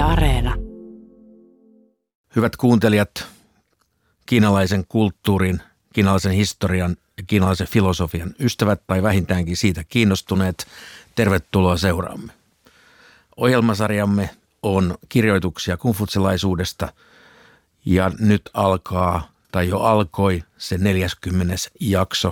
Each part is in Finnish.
Areena. Hyvät kuuntelijat, kiinalaisen kulttuurin, kiinalaisen historian ja kiinalaisen filosofian ystävät tai vähintäänkin siitä kiinnostuneet, tervetuloa seuraamme. Ohjelmasarjamme on kirjoituksia konfutsilaisuudesta ja nyt alkaa tai jo alkoi se 40. jakso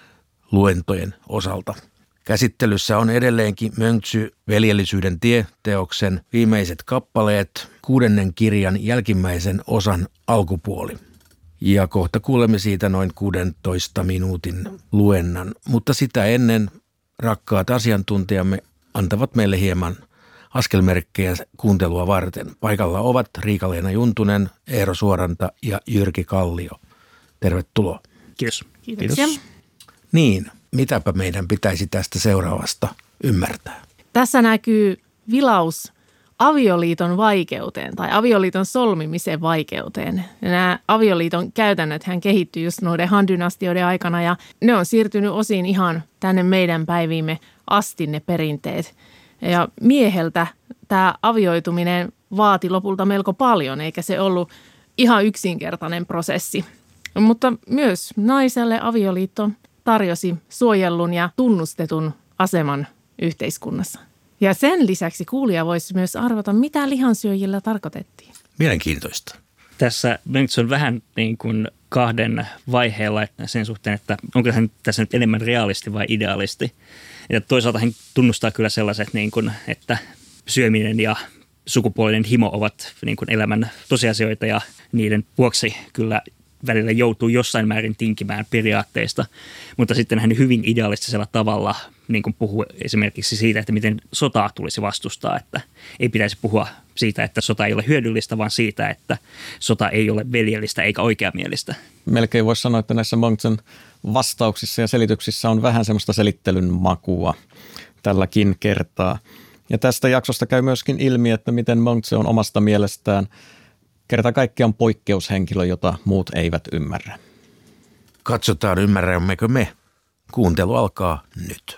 luentojen osalta. Käsittelyssä on edelleenkin Mengzi Veljellisyyden tie-teoksen viimeiset kappaleet, 6. kirjan jälkimmäisen osan alkupuoli. Ja kohta kuulemme siitä noin 16 minuutin luennan, mutta sitä ennen rakkaat asiantuntijamme antavat meille hieman askelmerkkejä kuuntelua varten. Paikalla ovat Riika-Leena Juntunen, Eero Suoranta ja Jyrki Kallio. Tervetuloa. Kiitos. Kiitos. Niin, mitäpä meidän pitäisi tästä seuraavasta ymmärtää? Tässä näkyy vilaus avioliiton vaikeuteen tai avioliiton solmimisen vaikeuteen. Ja nämä avioliiton käytännöt hän kehittyy just noiden Han-dynastioiden aikana ja ne on siirtynyt osin ihan tänne meidän päiviimme asti ne perinteet. Ja mieheltä tämä avioituminen vaati lopulta melko paljon, eikä se ollut ihan yksinkertainen prosessi. Mutta myös naiselle avioliitto tarjosi suojellun ja tunnustetun aseman yhteiskunnassa. Ja sen lisäksi kuulija voisi myös arvata, mitä lihansyöjillä tarkoitettiin. Mielenkiintoista. Tässä Mengzi on vähän niin kuin kahden vaiheella sen suhteen, että onko hän tässä nyt enemmän realisti vai idealisti. Ja toisaalta hän tunnustaa kyllä sellaiset, niin kuin, että syöminen ja sukupuolinen himo ovat niin kuin elämän tosiasioita ja niiden vuoksi kyllä välillä joutuu jossain määrin tinkimään periaatteista, mutta sitten hän hyvin idealistisella tavalla niin kuin puhuu esimerkiksi siitä, että miten sotaa tulisi vastustaa, että ei pitäisi puhua siitä, että sota ei ole hyödyllistä, vaan siitä, että sota ei ole veljellistä eikä oikeamielistä. Melkein voisi sanoa, että näissä Mengzin vastauksissa ja selityksissä on vähän semmoista selittelyn makua tälläkin kertaa. Ja tästä jaksosta käy myöskin ilmi, että miten Mengzi on omasta mielestään kerta kaikkiaan poikkeushenkilö, jota muut eivät ymmärrä. Katsotaan, ymmärrämmekö me. Kuuntelu alkaa nyt.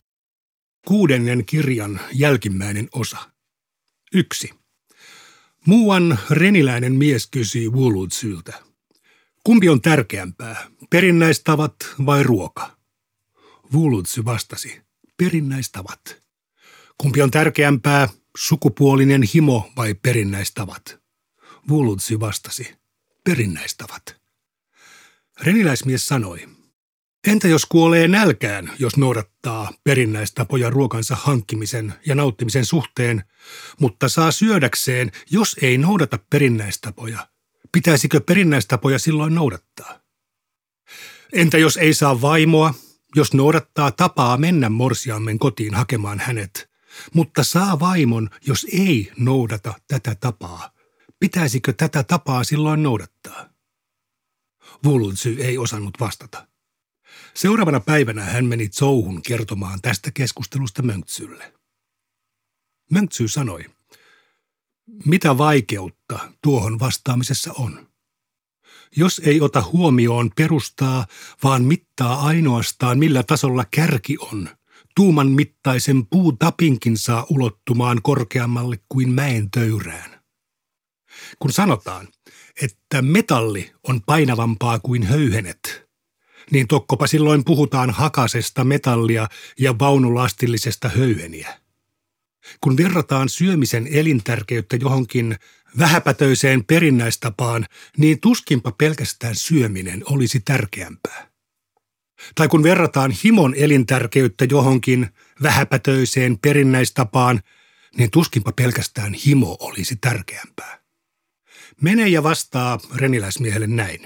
6. kirjan jälkimmäinen osa. 1. Muuan reniläinen mies kysyi Wulutsyltä. Kumpi on tärkeämpää, perinnäistavat vai ruoka? Wulutsy vastasi, perinnäistavat. Kumpi on tärkeämpää, sukupuolinen himo vai perinnäistavat? Wulutsy vastasi, perinnäistavat. Reniläismies sanoi, entä jos kuolee nälkään, jos noudattaa perinnäistapoja ruokansa hankkimisen ja nauttimisen suhteen, mutta saa syödäkseen, jos ei noudata perinnäistapoja? Pitäisikö perinnäistapoja silloin noudattaa? Entä jos ei saa vaimoa, jos noudattaa tapaa mennä morsiammen kotiin hakemaan hänet, mutta saa vaimon, jos ei noudata tätä tapaa? Pitäisikö tätä tapaa silloin noudattaa? Wulutsy ei osannut vastata. Seuraavana päivänä hän meni Zhouhun kertomaan tästä keskustelusta Mengzylle. Mengzy sanoi, mitä vaikeutta tuohon vastaamisessa on? Jos ei ota huomioon perustaa, vaan mittaa ainoastaan millä tasolla kärki on, tuuman mittaisen puutapinkin saa ulottumaan korkeammalle kuin mäen töyrään. Kun sanotaan, että metalli on painavampaa kuin höyhenet, niin tokkopa silloin puhutaan hakasesta metallia ja vaunulastillisesta höyheniä. Kun verrataan syömisen elintärkeyttä johonkin vähäpätöiseen perinnäistapaan, niin tuskinpa pelkästään syöminen olisi tärkeämpää. Tai kun verrataan himon elintärkeyttä johonkin vähäpätöiseen perinnäistapaan, niin tuskinpa pelkästään himo olisi tärkeämpää. Mene ja vastaa reniläismiehelle näin.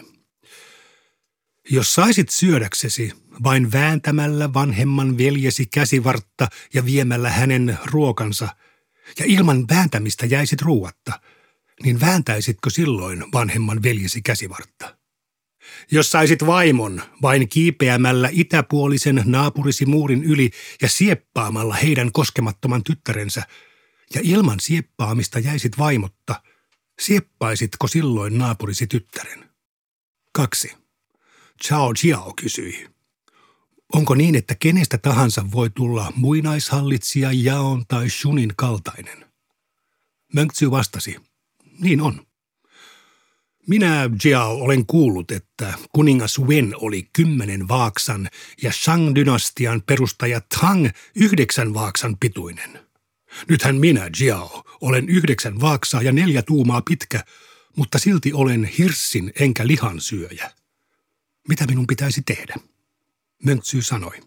Jos saisit syödäksesi vain vääntämällä vanhemman veljesi käsivartta ja viemällä hänen ruokansa, ja ilman vääntämistä jäisit ruuatta, niin vääntäisitkö silloin vanhemman veljesi käsivartta? Jos saisit vaimon vain kiipeämällä itäpuolisen naapurisi muurin yli ja sieppaamalla heidän koskemattoman tyttärensä, ja ilman sieppaamista jäisit vaimotta, sieppaisitko silloin naapurisi tyttären? 2. Chao Jiao kysyi. Onko niin, että kenestä tahansa voi tulla muinaishallitsija Jaon tai Shunin kaltainen? Mengzy vastasi. Niin on. Minä, Jiao, olen kuullut, että kuningas Wen oli 10 vaaksan ja Shang-dynastian perustaja Tang 9 vaaksan pituinen. Nythän minä, Jiao, olen 9 vaaksaa ja 4 tuumaa pitkä, mutta silti olen hirssin enkä lihansyöjä. Mitä minun pitäisi tehdä? Mengzi sanoi.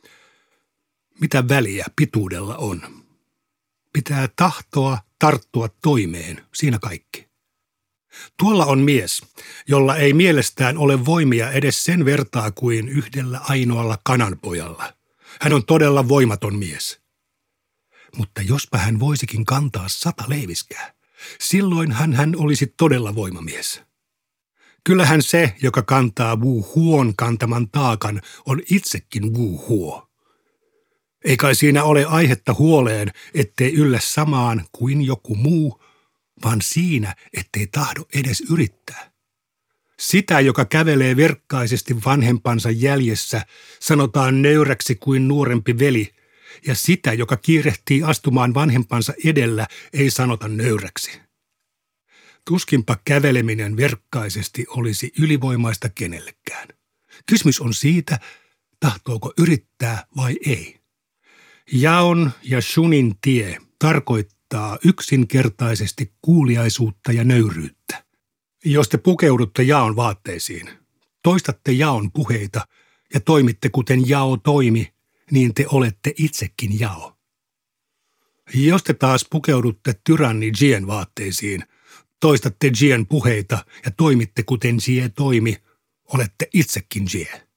Mitä väliä pituudella on? Pitää tahtoa tarttua toimeen, siinä kaikki. Tuolla on mies, jolla ei mielestään ole voimia edes sen vertaa kuin yhdellä ainoalla kananpojalla. Hän on todella voimaton mies. Mutta jospa hän voisikin kantaa 100 leiviskää, silloin hän olisi todella voimamies. Kyllähän se, joka kantaa Wu Huon kantaman taakan, on itsekin Wu Huo. Ei kai siinä ole aihetta huoleen, ettei yllä samaan kuin joku muu, vaan siinä, ettei tahdo edes yrittää. Sitä, joka kävelee verkkaisesti vanhempansa jäljessä, sanotaan nöyräksi kuin nuorempi veli, ja sitä, joka kiirehtii astumaan vanhempansa edellä, ei sanota nöyräksi. Tuskinpa käveleminen verkkaisesti olisi ylivoimaista kenellekään. Kysymys on siitä, tahtooko yrittää vai ei. Jaon ja Shunin tie tarkoittaa yksinkertaisesti kuuliaisuutta ja nöyryyttä. Jos te pukeudutte Jaon vaatteisiin, toistatte Jaon puheita ja toimitte kuten Jao toimi, niin te olette itsekin Jao. Jos te taas pukeudutte tyranni Jien vaatteisiin, toistatte Jien puheita ja toimitte kuten Jie toimi, olette itsekin Jie.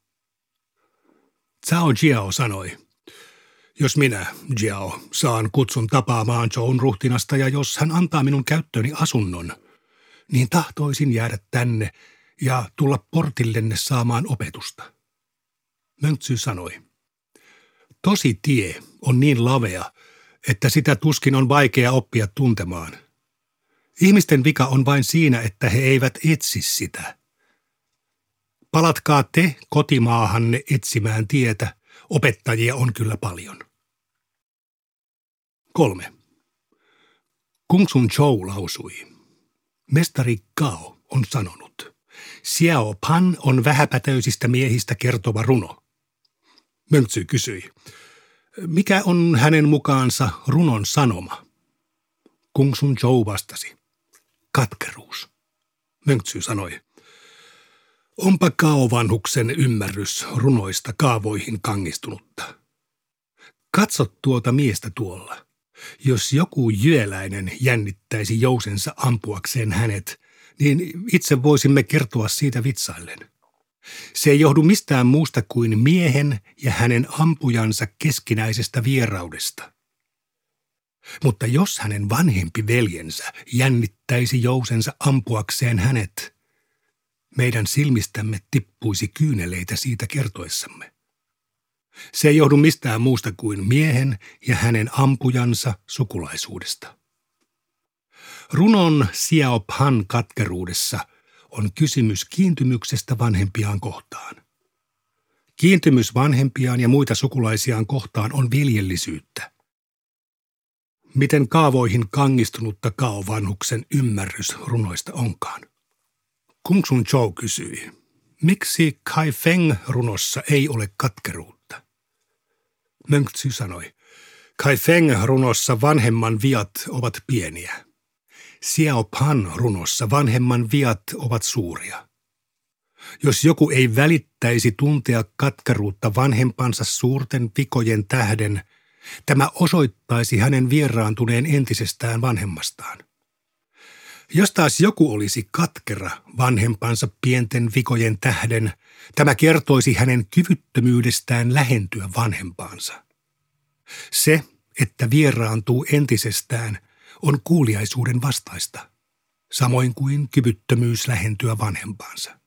Cao Jiao sanoi, jos minä, Jiao, saan kutsun tapaamaan Zhoun ruhtinasta ja jos hän antaa minun käyttööni asunnon, niin tahtoisin jäädä tänne ja tulla portillenne saamaan opetusta. Mengzi sanoi, tosi tie on niin lavea, että sitä tuskin on vaikea oppia tuntemaan. Ihmisten vika on vain siinä, että he eivät etsi sitä. Palatkaa te kotimaahanne etsimään tietä, opettajia on kyllä paljon. 3. Kung Sun Zhou lausui. Mestari Gao on sanonut. Xiao Pan on vähäpätöisistä miehistä kertova runo. Mengzi kysyi. Mikä on hänen mukaansa runon sanoma? Kung Sun Zhou vastasi. Katkeruus. Mengzi sanoi. Onpa Gao-vanhuksen ymmärrys runoista kaavoihin kangistunutta. Katso tuota miestä tuolla. Jos joku jyeläinen jännittäisi jousensa ampuakseen hänet, niin itse voisimme kertoa siitä vitsaillen. Se ei johdu mistään muusta kuin miehen ja hänen ampujansa keskinäisestä vieraudesta. Mutta jos hänen vanhempi veljensä jännittäisi jousensa ampuakseen hänet, meidän silmistämme tippuisi kyyneleitä siitä kertoessamme. Se ei johdu mistään muusta kuin miehen ja hänen ampujansa sukulaisuudesta. Runon Xiao Pan katkeruudessa on kysymys kiintymyksestä vanhempiaan kohtaan. Kiintymys vanhempiaan ja muita sukulaisiaan kohtaan on viljellisyyttä. Miten kaavoihin kangistunutta Gao-vanhuksen ymmärrys runoista onkaan? Kung Sun Zhou kysyi, miksi Kai Feng runossa ei ole katkeruutta? Mengzi sanoi, Kai Feng runossa vanhemman viat ovat pieniä. Xiao Pan runossa vanhemman viat ovat suuria. Jos joku ei välittäisi tuntea katkeruutta vanhempansa suurten vikojen tähden, tämä osoittaisi hänen vieraantuneen entisestään vanhemmastaan. Jos taas joku olisi katkera vanhempansa pienten vikojen tähden, tämä kertoisi hänen kyvyttömyydestään lähentyä vanhempaansa. Se, että vieraantuu entisestään, on kuuliaisuuden vastaista, samoin kuin kyvyttömyys lähentyä vanhempaansa.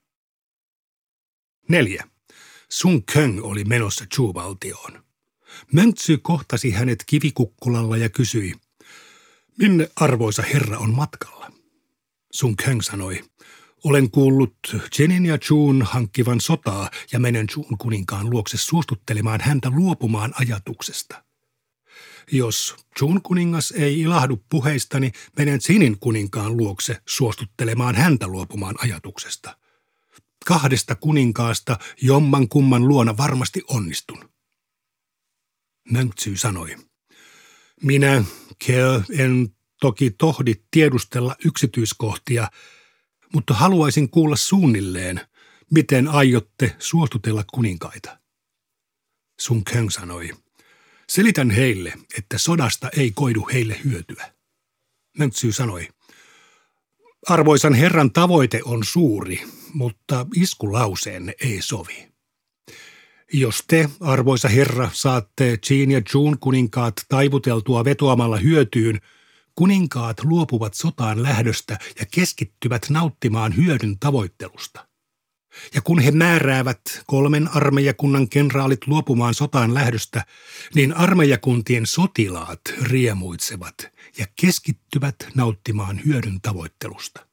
4. Sun Keng oli menossa Chu-valtioon. Mengzi kohtasi hänet kivikukkulalla ja kysyi, minne arvoisa herra on matkalla? Sun Keng sanoi, olen kuullut Jenin ja Chun hankkivan sotaa ja menen Chun kuninkaan luokse suostuttelemaan häntä luopumaan ajatuksesta. Jos Jun kuningas ei ilahdu puheistani, menen Jinin kuninkaan luokse suostuttelemaan häntä luopumaan ajatuksesta. 2 kuninkaasta jomman kumman luona varmasti onnistun. Mengzi sanoi, minä, Kel, en toki tohdi tiedustella yksityiskohtia, mutta haluaisin kuulla suunnilleen, miten aiotte suostutella kuninkaita. Sun Keng sanoi, selitän heille, että sodasta ei koidu heille hyötyä. Mengzi sanoi, arvoisan herran tavoite on suuri, mutta iskulauseenne ei sovi. Jos te, arvoisa herra, saatte Jin ja Jun kuninkaat taivuteltua vetoamalla hyötyyn, kuninkaat luopuvat sotaan lähdöstä ja keskittyvät nauttimaan hyödyn tavoittelusta. Ja kun he määräävät 3 armeijakunnan kenraalit luopumaan sotaan lähdöstä, niin armeijakuntien sotilaat riemuitsevat ja keskittyvät nauttimaan hyödyn tavoittelusta.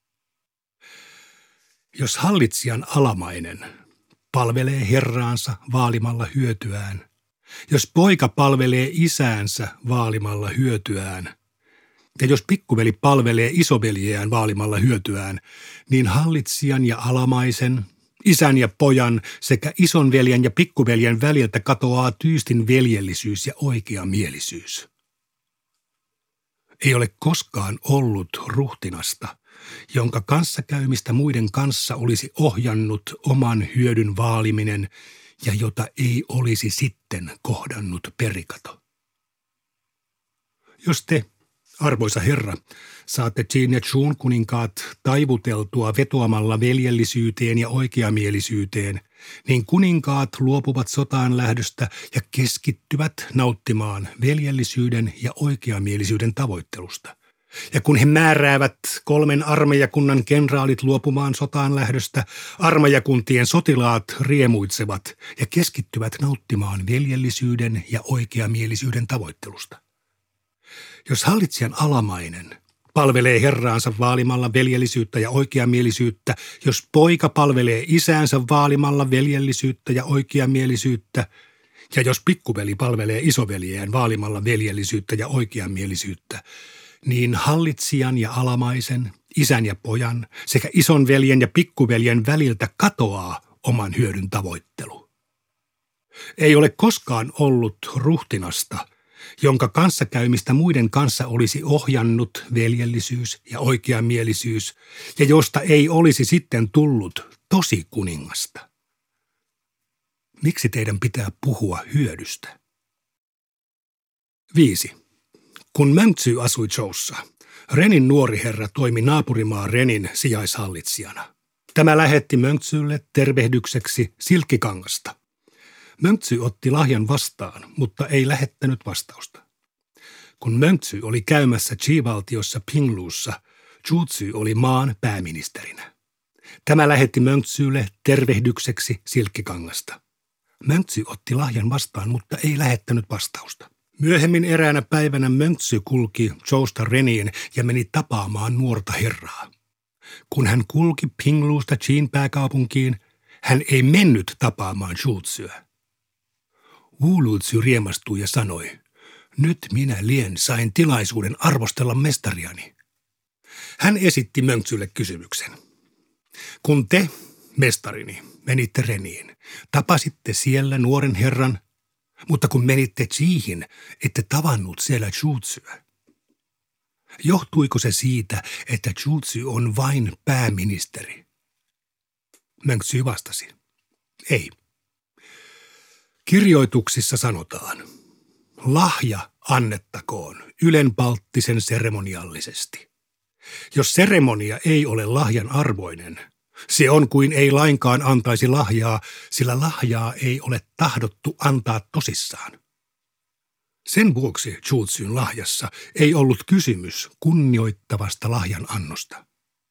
Jos hallitsijan alamainen palvelee herraansa vaalimalla hyötyään, jos poika palvelee isäänsä vaalimalla hyötyään, ja jos pikkuveli palvelee isoveljeään vaalimalla hyötyään, niin hallitsijan ja alamaisen, isän ja pojan sekä isonveljen ja pikkuveljen väliltä katoaa tyystin veljellisyys ja oikeamielisyys. Ei ole koskaan ollut ruhtinasta, jonka kanssakäymistä muiden kanssa olisi ohjannut oman hyödyn vaaliminen ja jota ei olisi sitten kohdannut perikato. Jos te, arvoisa herra, saatte Jin ja Jun kuninkaat taivuteltua vetoamalla veljellisyyteen ja oikeamielisyyteen, niin kuninkaat luopuvat sotaan lähdöstä ja keskittyvät nauttimaan veljellisyyden ja oikeamielisyyden tavoittelusta. Ja kun he määräävät 3 armeijakunnan kenraalit luopumaan sotaan lähdöstä, armeijakuntien sotilaat riemuitsevat ja keskittyvät nauttimaan veljellisyyden ja oikeamielisyyden tavoittelusta. Jos hallitsijan alamainen palvelee herraansa vaalimalla veljellisyyttä ja oikeamielisyyttä, jos poika palvelee isäänsä vaalimalla veljellisyyttä ja oikeamielisyyttä, ja jos pikkuveli palvelee isoveljeään vaalimalla veljellisyyttä ja oikeamielisyyttä, niin hallitsijan ja alamaisen, isän ja pojan sekä isonveljen ja pikkuveljen väliltä katoaa oman hyödyn tavoittelu. Ei ole koskaan ollut ruhtinasta, jonka kanssakäymistä muiden kanssa olisi ohjannut veljellisyys ja oikeamielisyys, ja josta ei olisi sitten tullut tosi kuningasta. Miksi teidän pitää puhua hyödystä? 5. Kun Mengzi asui Zhoussa, Renin nuori herra toimi naapurimaa Renin sijaishallitsijana. Tämä lähetti Mengzille tervehdykseksi silkkikangasta. Mengzi otti lahjan vastaan, mutta ei lähettänyt vastausta. Kun Mengzi oli käymässä Qi-valtiossa Pingluussa, Zhu oli maan pääministerinä. Tämä lähetti Mengzille tervehdykseksi silkkikangasta. Mengzi otti lahjan vastaan, mutta ei lähettänyt vastausta. Myöhemmin eräänä päivänä Mengzi kulki Zhousta Reniin ja meni tapaamaan nuorta herraa. Kun hän kulki Pingluusta Qin pääkaupunkiin, hän ei mennyt tapaamaan Zhuzyä. Wuluzi riemastui ja sanoi, nyt minä lien sain tilaisuuden arvostella mestariani. Hän esitti Mengzille kysymyksen. Kun te, mestarini, menitte Reniin, tapasitte siellä nuoren herran, mutta kun menitte Qihin, ette tavannut siellä Zhuzyä. Johtuiko se siitä, että Zhuzy on vain pääministeri? Mengzi vastasi, ei. Kirjoituksissa sanotaan, lahja annettakoon ylenpalttisen seremoniallisesti. Jos seremonia ei ole lahjan arvoinen, se on kuin ei lainkaan antaisi lahjaa, sillä lahjaa ei ole tahdottu antaa tosissaan. Sen vuoksi Zhuzyn lahjassa ei ollut kysymys kunnioittavasta lahjan annosta.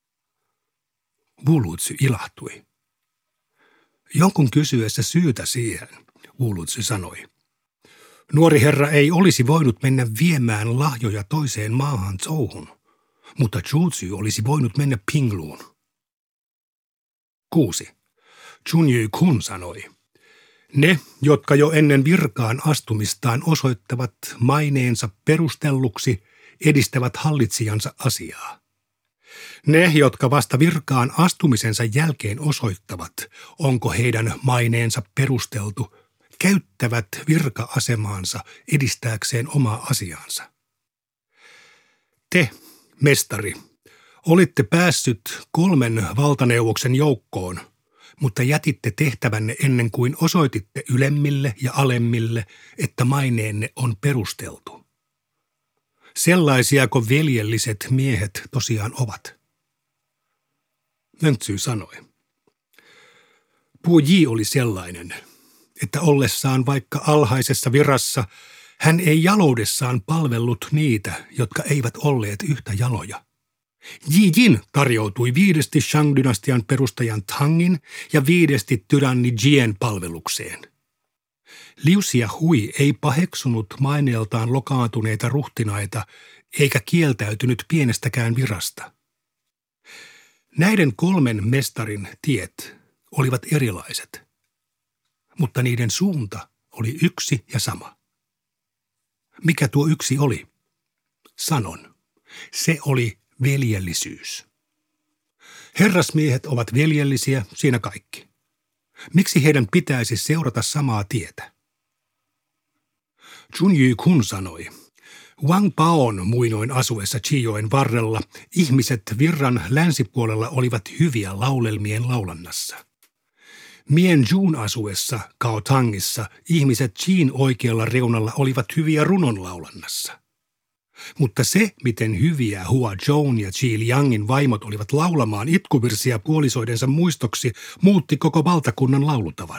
Wuluzi ilahtui. Jonkun kysyessä syytä siihen, Wuluzi sanoi. Nuori herra ei olisi voinut mennä viemään lahjoja toiseen maahan Zhouhun, mutta Zhuzy olisi voinut mennä Pingluun. 6. Chun Yu Kun sanoi. Ne, jotka jo ennen virkaan astumistaan osoittavat maineensa perustelluksi, edistävät hallitsijansa asiaa. Ne, jotka vasta virkaan astumisensa jälkeen osoittavat, onko heidän maineensa perusteltu, käyttävät virka-asemaansa edistääkseen omaa asiaansa. Te, mestari, olitte päässyt 3 valtaneuvoksen joukkoon, mutta jätitte tehtävänne ennen kuin osoititte ylemmille ja alemmille, että maineenne on perusteltu. Sellaisiako veljelliset miehet tosiaan ovat? Mengzi sanoi. Pu Yi oli sellainen, että ollessaan vaikka alhaisessa virassa, hän ei jaloudessaan palvellut niitä, jotka eivät olleet yhtä jaloja. Yi Jin tarjoutui 5 Shang-dynastian perustajan Tangin ja 5 tyranni Jien palvelukseen. Liu Xiahui ei paheksunut maineeltaan lokaantuneita ruhtinaita eikä kieltäytynyt pienestäkään virasta. Näiden 3 mestarin tiet olivat erilaiset, mutta niiden suunta oli yksi ja sama. Mikä tuo yksi oli? Sanon, se oli veljellisyys. Herrasmiehet ovat veljellisiä, siinä kaikki. Miksi heidän pitäisi seurata samaa tietä? Chunyu Kun sanoi, Wang Baon muinoin asuessa Chijoen varrella ihmiset virran länsipuolella olivat hyviä laulelmien laulannassa. Mien Jun asuessa Gaotangissa ihmiset Qin oikealla reunalla olivat hyviä runonlaulannassa. Mutta se, miten hyviä Hua Zhou ja Qi Liangin vaimot olivat laulamaan itkuvirsiä puolisoidensa muistoksi, muutti koko valtakunnan laulutavan.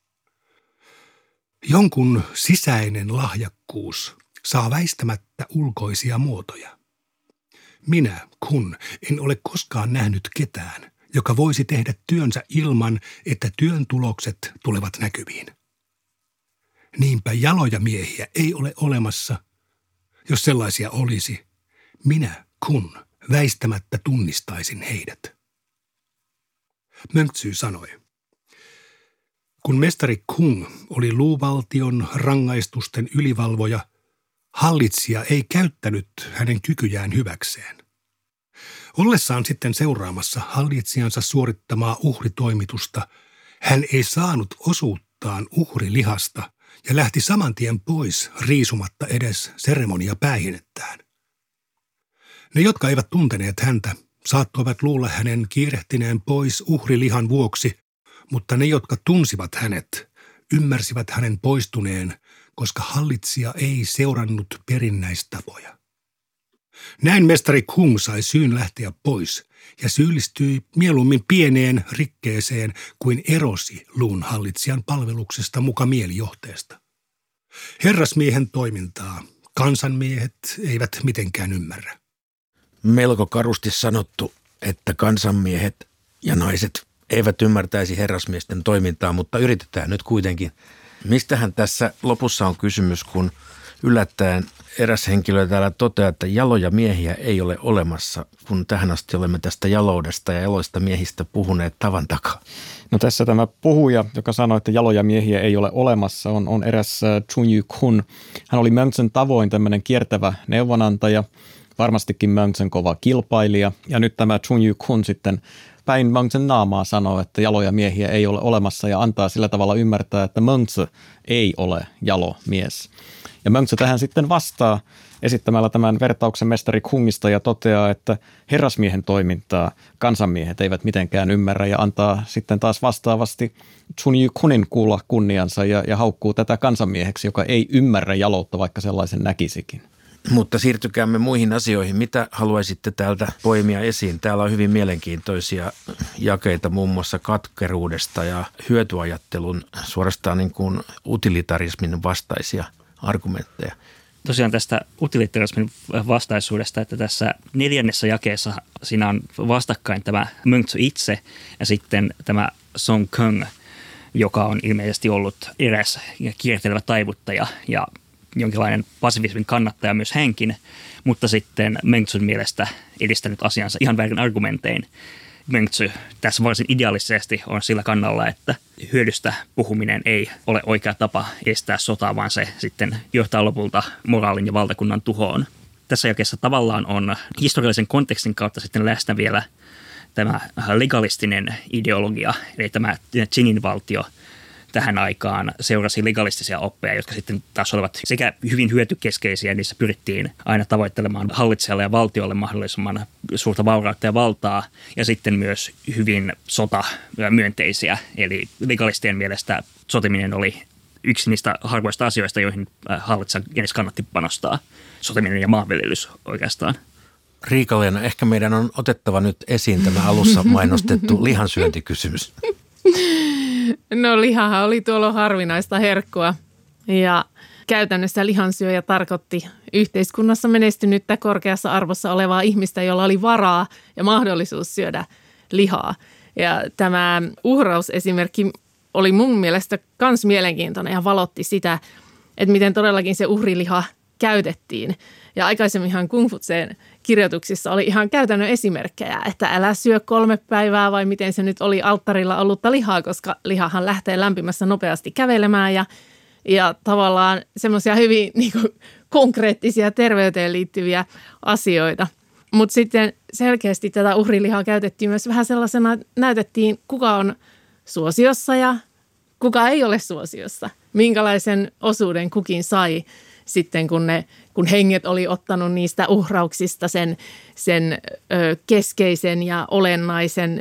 Jonkun sisäinen lahjakkuus saa väistämättä ulkoisia muotoja. Minä, Kun, en ole koskaan nähnyt ketään, joka voisi tehdä työnsä ilman, että työn tulokset tulevat näkyviin. Niinpä jaloja miehiä ei ole olemassa. Jos sellaisia olisi, minä, Kun, väistämättä tunnistaisin heidät. Mengzi sanoi. Kun mestari Kung oli luuvaltion rangaistusten ylivalvoja, hallitsija ei käyttänyt hänen kykyjään hyväkseen. Ollessaan sitten seuraamassa hallitsijansa suorittamaa uhritoimitusta, hän ei saanut osuuttaan uhrilihasta ja lähti saman tien pois riisumatta edes seremoniapäähinettään. Ne, jotka eivät tunteneet häntä, saattoivat luulla hänen kiirehtineen pois uhrilihan vuoksi, mutta ne, jotka tunsivat hänet, ymmärsivät hänen poistuneen, koska hallitsija ei seurannut perinnäistapoja. Näin mestari Kung sai syyn lähteä pois ja syyllistyi mieluummin pieneen rikkeeseen kuin erosi luun hallitsijan palveluksesta muka mielijohteesta. Herrasmiehen toimintaa kansanmiehet eivät mitenkään ymmärrä. Melko karusti sanottu, että kansanmiehet ja naiset eivät ymmärtäisi herrasmiesten toimintaa, mutta yritetään nyt kuitenkin. Mistähän tässä lopussa on kysymys, kun yllättäen eräs henkilö täällä toteaa, että jaloja miehiä ei ole olemassa, kun tähän asti olemme tästä jaloudesta ja jaloista miehistä puhuneet tavan takaa. No tässä tämä puhuja, joka sanoi, että jaloja miehiä ei ole olemassa, on eräs Chunyu Kun. Hän oli Mengzin tavoin tämmöinen kiertävä neuvonantaja, varmastikin Mengzin kova kilpailija. Ja nyt tämä Chunyu Kun sitten päin Mengzin naamaa sanoo, että jaloja miehiä ei ole olemassa ja antaa sillä tavalla ymmärtää, että Mengzi ei ole jalo mies. Ja Mengzi tähän sitten vastaa esittämällä tämän vertauksen mestari Kungista ja toteaa, että herrasmiehen toimintaa kansanmiehet eivät mitenkään ymmärrä ja antaa sitten taas vastaavasti Chunyu Kunin kuulla kunniansa ja haukkuu tätä kansanmieheksi, joka ei ymmärrä jaloutta, vaikka sellaisen näkisikin. Mutta siirtykäämme muihin asioihin. Mitä haluaisitte täältä poimia esiin? Täällä on hyvin mielenkiintoisia jakeita muun muassa katkeruudesta ja hyötyajattelun suorastaan niin kuin utilitarismin vastaisia argumentteja. Tosiaan tästä utilitarismin vastaisuudesta, että tässä 4. jakeessa siinä on vastakkain tämä Mengzi itse ja sitten tämä Song Keng, joka on ilmeisesti ollut eräs kiertelevä taivuttaja ja jonkinlainen pasifismin kannattaja myös hänkin, mutta sitten Mengzin mielestä edistänyt asiansa ihan väärin argumentein. Mengzi tässä varsin idealistisesti on sillä kannalla, että hyödystä puhuminen ei ole oikea tapa estää sotaa, vaan se sitten johtaa lopulta moraalin ja valtakunnan tuhoon. Tässä jakeessa tavallaan on historiallisen kontekstin kautta sitten läsnä vielä tämä legalistinen ideologia, eli tämä Qinin valtio tähän aikaan seurasi legalistisia oppeja, jotka sitten taas olivat sekä hyvin hyötykeskeisiä, niissä pyrittiin aina tavoittelemaan hallitsijalle ja valtiolle mahdollisimman suurta vaurautta ja valtaa, ja sitten myös hyvin sotamyönteisiä, eli legalistien mielestä sotiminen oli yksi niistä harvoista asioista, joihin hallitsija edes kannatti panostaa, sotiminen ja maanviljelys oikeastaan. Riika-Leena, ehkä meidän on otettava nyt esiin tämä alussa mainostettu lihansyöntikysymys. No lihahan oli tuolla harvinaista herkkua ja käytännössä lihansyöjä tarkoitti yhteiskunnassa menestynyttä korkeassa arvossa olevaa ihmistä, jolla oli varaa ja mahdollisuus syödä lihaa. Ja tämä uhrausesimerkki oli mun mielestä myös mielenkiintoinen ja valotti sitä, että miten todellakin se uhriliha käytettiin. Ja aikaisemminhan Kung Futseen kirjoituksissa oli ihan käytännön esimerkkejä, että älä syö 3 päivää vai miten se nyt oli alttarilla ollutta lihaa, koska lihahan lähtee lämpimässä nopeasti kävelemään ja tavallaan semmoisia hyvin niin kuin konkreettisia terveyteen liittyviä asioita. Mutta sitten selkeästi tätä uhrilihaa käytettiin myös vähän sellaisena, että näytettiin kuka on suosiossa ja kuka ei ole suosiossa, minkälaisen osuuden kukin sai. Sitten kun henget oli ottanut niistä uhrauksista sen keskeisen ja olennaisen,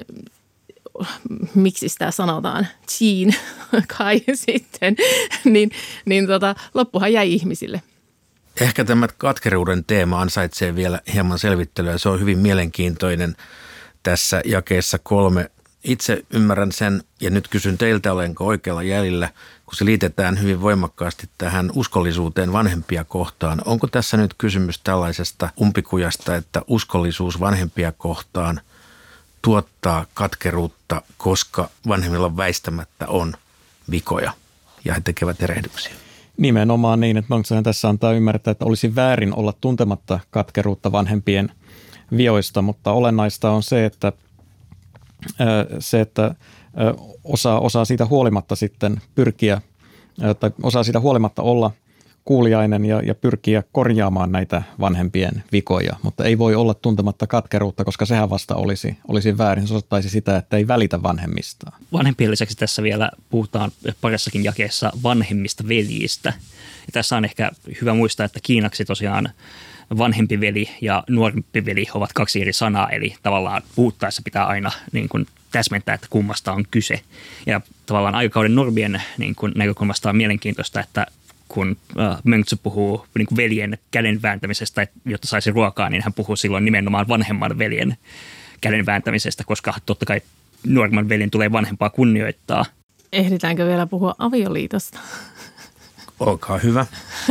miksi sitä sanotaan, Qin kai sitten, niin loppuhan jäi ihmisille. Ehkä tämä katkeruuden teema ansaitsee vielä hieman selvittelyä. Se on hyvin mielenkiintoinen tässä jakeessa 3. Itse ymmärrän sen, ja nyt kysyn teiltä, olenko oikealla jäljellä, kun se liitetään hyvin voimakkaasti tähän uskollisuuteen vanhempia kohtaan. Onko tässä nyt kysymys tällaisesta umpikujasta, että uskollisuus vanhempia kohtaan tuottaa katkeruutta, koska vanhemmilla väistämättä on vikoja ja he tekevät erehdyksiä? Nimenomaan niin, että Mengzi tässä antaa ymmärtää, että olisi väärin olla tuntematta katkeruutta vanhempien vioista, mutta olennaista on se, että osaa siitä huolimatta sitten pyrkiä, tai osaa siitä huolimatta olla kuuliainen ja pyrkiä korjaamaan näitä vanhempien vikoja, mutta ei voi olla tuntematta katkeruutta, koska sehän vasta olisi väärin. Se osoittaisi sitä, että ei välitä vanhemmistaan. Vanhempien lisäksi tässä vielä puhutaan parissakin jakeessa vanhemmista veljistä. Ja tässä on ehkä hyvä muistaa, että kiinaksi tosiaan vanhempi veli ja nuorempi veli ovat 2 eri sanaa, eli tavallaan puhuttaessa pitää aina niin kuin täsmentää, että kummasta on kyse. Ja tavallaan aikakauden normien niin kuin näkökulmasta on mielenkiintoista, että kun Mengzi puhuu niin kuin veljen käden vääntämisestä, jotta saisi ruokaa, niin hän puhuu silloin nimenomaan vanhemman veljen käden vääntämisestä, koska totta kai nuoremman veljen tulee vanhempaa kunnioittaa. Ehditäänkö vielä puhua avioliitosta? Olkaa hyvä.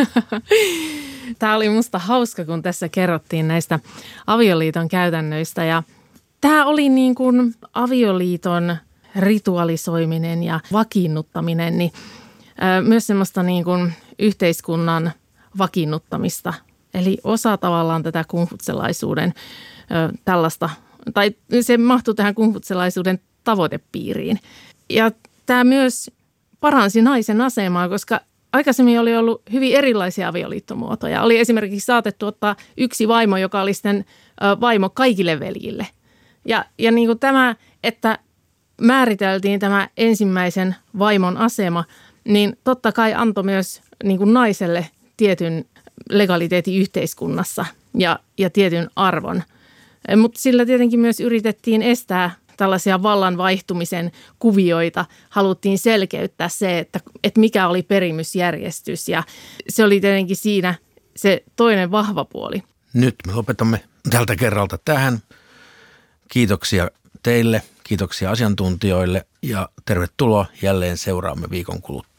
Tämä oli musta hauska, kun tässä kerrottiin näistä avioliiton käytännöistä ja tämä oli niin kuin avioliiton ritualisoiminen ja vakiinnuttaminen, niin myös semmoista niin kuin yhteiskunnan vakiinnuttamista. Eli osa tavallaan tätä kungfutselaisuuden tällaista, tai se mahtuu tähän kungfutselaisuuden tavoitepiiriin. Ja tämä myös paransi naisen asemaa, koska aikaisemmin oli ollut hyvin erilaisia avioliittomuotoja. Oli esimerkiksi saatettu ottaa yksi vaimo, joka oli sitten vaimo kaikille veljille. Ja niin kuin tämä, että määriteltiin tämä ensimmäisen vaimon asema, niin totta kai antoi myös niin kuin naiselle tietyn legaliteetin yhteiskunnassa ja tietyn arvon. Mutta sillä tietenkin myös yritettiin estää tällaisia vallan vaihtumisen kuvioita. Haluttiin selkeyttää se, että mikä oli perimysjärjestys ja se oli tietenkin siinä se toinen vahva puoli. Nyt me lopetamme tältä kerralta tähän. Kiitoksia teille, kiitoksia asiantuntijoille ja tervetuloa jälleen seuraamme viikon kuluttua.